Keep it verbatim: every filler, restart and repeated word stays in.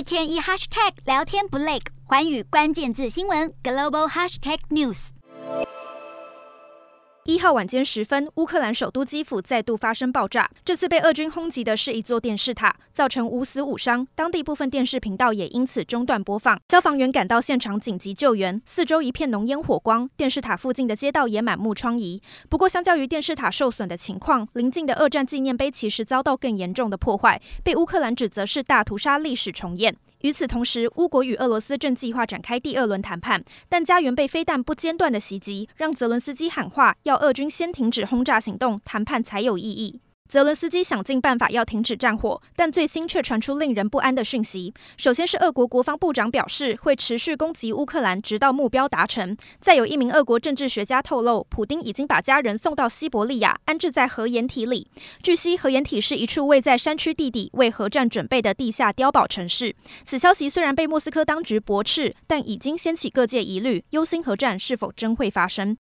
天一 hashtag 聊天不累，寰宇关键字新闻 global hashtag news。 一号晚间时分，乌克兰首都基辅再度发生爆炸。这次被俄军轰击的是一座电视塔，造成五死五伤。当地部分电视频道也因此中断播放。消防员赶到现场紧急救援，四周一片浓烟火光，电视塔附近的街道也满目疮痍。不过，相较于电视塔受损的情况，邻近的二战纪念碑其实遭到更严重的破坏，被乌克兰指责是大屠杀历史重演。与此同时，乌国与俄罗斯正计划展开第二轮谈判，但家园被飞弹不间断的袭击，让泽伦斯基喊话要俄军先停止轰炸行动，谈判才有意义。泽伦斯基想尽办法要停止战火，但最新却传出令人不安的讯息。首先是俄国国防部长表示会持续攻击乌克兰，直到目标达成。再有一名俄国政治学家透露，普丁已经把家人送到西伯利亚，安置在核掩体里。据悉，核掩体是一处位在山区地底、为核战准备的地下碉堡城市。此消息虽然被莫斯科当局驳斥，但已经掀起各界疑虑，忧心核战是否真会发生。